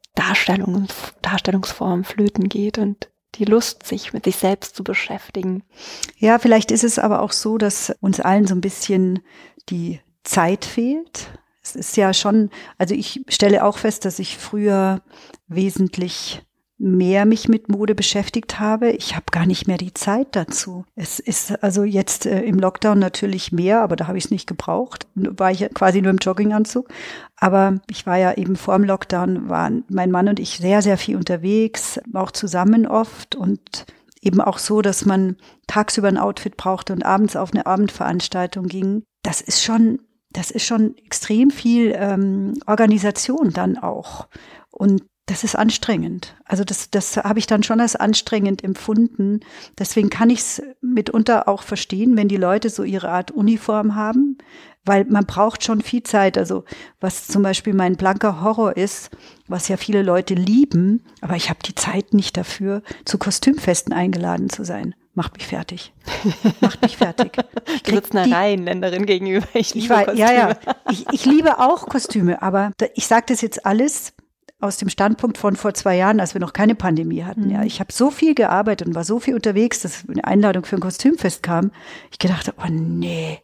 Darstellungsformen flöten geht und die Lust, sich mit sich selbst zu beschäftigen. Ja, vielleicht ist es aber auch so, dass uns allen so ein bisschen die Zeit fehlt. Es ist ja schon, also ich stelle auch fest, dass ich früher wesentlich mehr mich mit Mode beschäftigt habe. Ich habe gar nicht mehr die Zeit dazu. Es ist also jetzt im Lockdown natürlich mehr, aber da habe ich es nicht gebraucht. War ich quasi nur im Jogginganzug. Aber ich war ja eben vor dem Lockdown, waren mein Mann und ich sehr, sehr viel unterwegs, auch zusammen oft und eben auch so, dass man tagsüber ein Outfit brauchte und abends auf eine Abendveranstaltung ging. Das ist schon extrem viel Organisation dann auch. Und das ist anstrengend. Also das habe ich dann schon als anstrengend empfunden. Deswegen kann ich es mitunter auch verstehen, wenn die Leute so ihre Art Uniform haben, weil man braucht schon viel Zeit. Also was zum Beispiel mein blanker Horror ist, was ja viele Leute lieben, aber ich habe die Zeit nicht dafür, zu Kostümfesten eingeladen zu sein. Macht mich fertig. Macht mich fertig. Du sitzt einer Rheinländerin gegenüber. Ich liebe Kostüme. Ja. Ich liebe auch Kostüme, aber ich sage das jetzt alles aus dem Standpunkt von vor 2 Jahren, als wir noch keine Pandemie hatten. Ja, ich habe so viel gearbeitet und war so viel unterwegs, dass eine Einladung für ein Kostümfest kam. Ich gedacht, oh nee,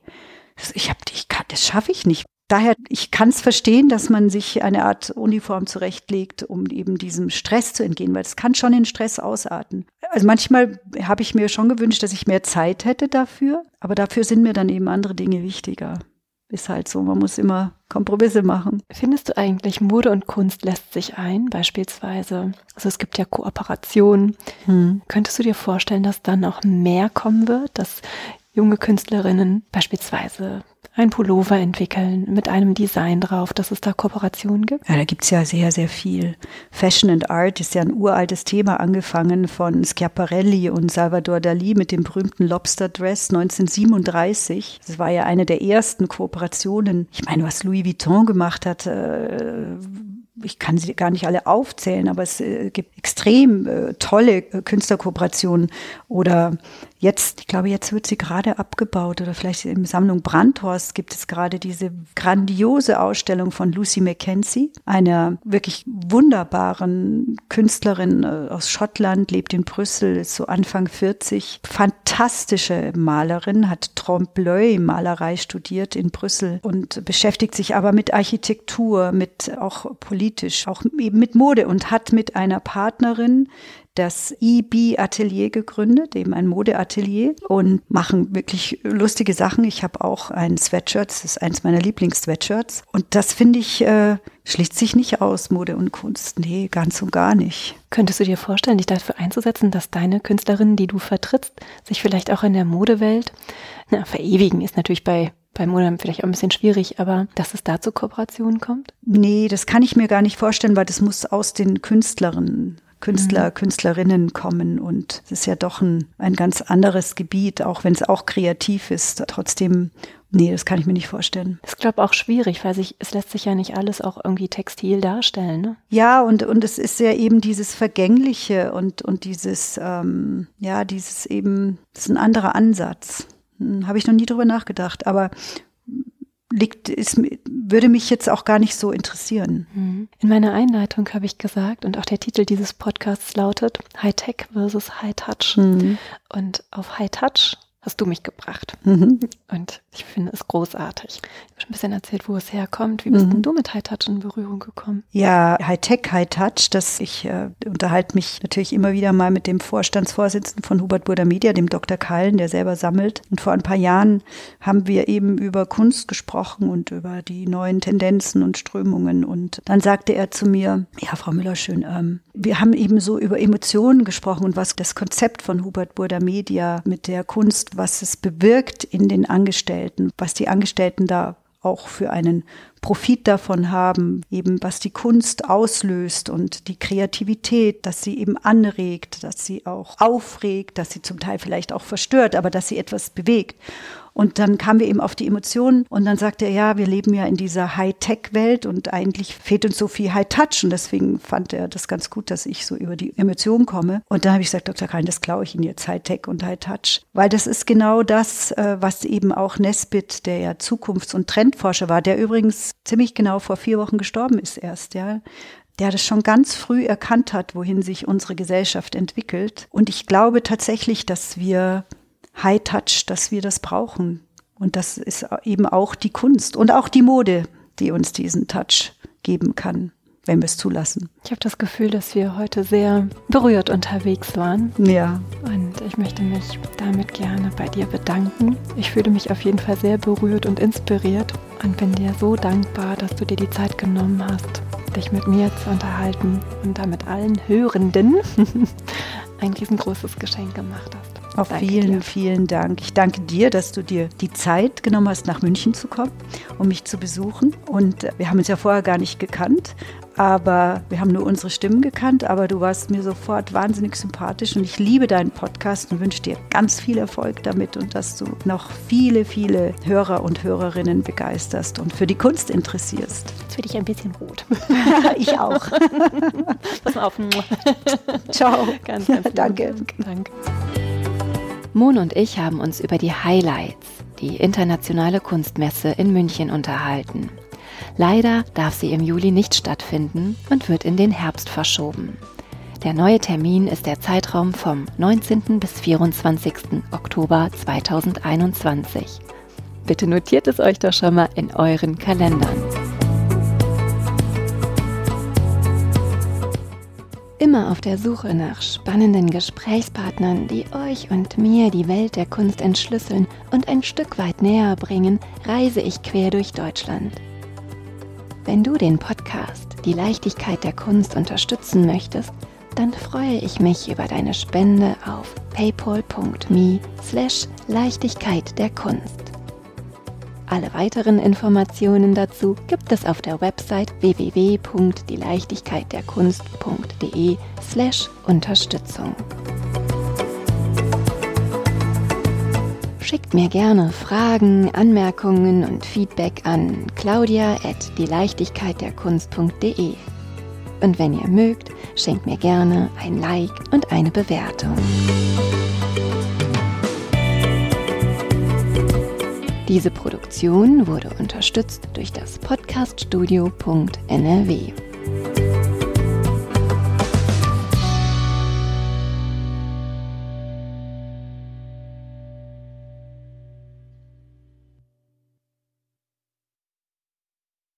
das schaffe ich nicht. Daher, ich kann es verstehen, dass man sich eine Art Uniform zurechtlegt, um eben diesem Stress zu entgehen, weil es kann schon in Stress ausarten. Also manchmal habe ich mir schon gewünscht, dass ich mehr Zeit hätte dafür, aber dafür sind mir dann eben andere Dinge wichtiger. Ist halt so, man muss immer Kompromisse machen. Findest du eigentlich, Mode und Kunst lässt sich ein, beispielsweise? Also es gibt ja Kooperationen. Könntest du dir vorstellen, dass dann noch mehr kommen wird, dass junge Künstlerinnen beispielsweise ein Pullover entwickeln mit einem Design drauf, dass es da Kooperationen gibt? Ja, da gibt's ja sehr, sehr viel. Fashion and Art ist ja ein uraltes Thema, angefangen von Schiaparelli und Salvador Dalí mit dem berühmten Lobster Dress 1937. Das war ja eine der ersten Kooperationen. Ich meine, was Louis Vuitton gemacht hat, ich kann sie gar nicht alle aufzählen, aber es gibt extrem tolle Künstlerkooperationen. Oder jetzt, ich glaube, jetzt wird sie gerade abgebaut oder vielleicht in der Sammlung Brandhorst gibt es gerade diese grandiose Ausstellung von Lucy Mackenzie, einer wirklich wunderbaren Künstlerin aus Schottland, lebt in Brüssel, ist so Anfang 40, fantastische Malerin, hat Trompe-l'œil-Malerei studiert in Brüssel und beschäftigt sich aber mit Architektur, mit auch politisch, auch eben mit Mode und hat mit einer Partnerin, das EB-Atelier gegründet, eben ein Modeatelier, und machen wirklich lustige Sachen. Ich habe auch ein Sweatshirt, das ist eins meiner Lieblings-Sweatshirts. Und das finde ich, schließt sich nicht aus, Mode und Kunst. Nee, ganz und gar nicht. Könntest du dir vorstellen, dich dafür einzusetzen, dass deine Künstlerinnen, die du vertrittst, sich vielleicht auch in der Modewelt, verewigen ist natürlich bei Mode vielleicht auch ein bisschen schwierig, aber dass es da zu Kooperationen kommt? Nee, das kann ich mir gar nicht vorstellen, weil das muss aus den Künstlerinnen kommen, und es ist ja doch ein ganz anderes Gebiet, auch wenn es auch kreativ ist. Trotzdem, nee, das kann ich mir nicht vorstellen. Das ist, glaube ich, auch schwierig, weil es lässt sich ja nicht alles auch irgendwie textil darstellen, ne? Ja, und es ist ja eben dieses Vergängliche und dieses, dieses eben, das ist ein anderer Ansatz. Habe ich noch nie drüber nachgedacht, aber würde mich jetzt auch gar nicht so interessieren. In meiner Einleitung habe ich gesagt, und auch der Titel dieses Podcasts lautet High-Tech versus High-Touch. Und auf High-Touch hast du mich gebracht. Und ich finde es großartig. Ich habe schon ein bisschen erzählt, wo es herkommt. Wie bist denn du mit High-Touch in Berührung gekommen? Ja, High-Tech, High-Touch, ich unterhalte mich natürlich immer wieder mal mit dem Vorstandsvorsitzenden von Hubert Burda Media, dem Dr. Kallen, der selber sammelt. Und vor ein paar Jahren haben wir eben über Kunst gesprochen und über die neuen Tendenzen und Strömungen. Und dann sagte er zu mir, ja, Frau Müller-Schön, wir haben eben so über Emotionen gesprochen und was das Konzept von Hubert Burda Media mit der Kunst, was es bewirkt in den Angestellten, was die Angestellten da auch für einen Profit davon haben, eben was die Kunst auslöst und die Kreativität, dass sie eben anregt, dass sie auch aufregt, dass sie zum Teil vielleicht auch verstört, aber dass sie etwas bewegt. Und dann kamen wir eben auf die Emotionen und dann sagte er, ja, wir leben ja in dieser High-Tech-Welt und eigentlich fehlt uns so viel High-Touch, und deswegen fand er das ganz gut, dass ich so über die Emotionen komme. Und dann habe ich gesagt, Dr. Kallen, das klaue ich Ihnen jetzt, High-Tech und High-Touch, weil das ist genau das, was eben auch Nesbitt, der ja Zukunfts- und Trendforscher war, der übrigens ziemlich genau vor 4 Wochen gestorben ist erst, ja, der das schon ganz früh erkannt hat, wohin sich unsere Gesellschaft entwickelt. Und ich glaube tatsächlich, dass wir High-Touch, dass wir das brauchen. Und das ist eben auch die Kunst und auch die Mode, die uns diesen Touch geben kann, wenn wir es zulassen. Ich habe das Gefühl, dass wir heute sehr berührt unterwegs waren. Ja. Und ich möchte mich damit gerne bei dir bedanken. Ich fühle mich auf jeden Fall sehr berührt und inspiriert und bin dir so dankbar, dass du dir die Zeit genommen hast, dich mit mir zu unterhalten und damit allen Hörenden ein riesengroßes Geschenk gemacht hast. Auch vielen Dank. Ich danke dir, dass du dir die Zeit genommen hast, nach München zu kommen, um mich zu besuchen. Und wir haben uns ja vorher gar nicht gekannt, aber wir haben nur unsere Stimmen gekannt. Aber du warst mir sofort wahnsinnig sympathisch und ich liebe deinen Podcast und wünsche dir ganz viel Erfolg damit und dass du noch viele, viele Hörer und Hörerinnen begeisterst und für die Kunst interessierst. Jetzt werde ich ein bisschen rot. Ich auch. Pass mal auf. Ciao. Ganz Danke. Danke. Mon und ich haben uns über die Highlights, die internationale Kunstmesse in München, unterhalten. Leider darf sie im Juli nicht stattfinden und wird in den Herbst verschoben. Der neue Termin ist der Zeitraum vom 19. bis 24. Oktober 2021. Bitte notiert es euch doch schon mal in euren Kalendern. Immer auf der Suche nach spannenden Gesprächspartnern, die euch und mir die Welt der Kunst entschlüsseln und ein Stück weit näher bringen, reise ich quer durch Deutschland. Wenn du den Podcast Die Leichtigkeit der Kunst unterstützen möchtest, dann freue ich mich über deine Spende auf paypal.me/Leichtigkeit der Kunst. Alle weiteren Informationen dazu gibt es auf der Website www.dieleichtigkeitderkunst.de/Unterstützung. Schickt mir gerne Fragen, Anmerkungen und Feedback an claudia@dieleichtigkeitderkunst.de. Und wenn ihr mögt, schenkt mir gerne ein Like und eine Bewertung. Diese Produktion wurde unterstützt durch das Podcaststudio.nrw.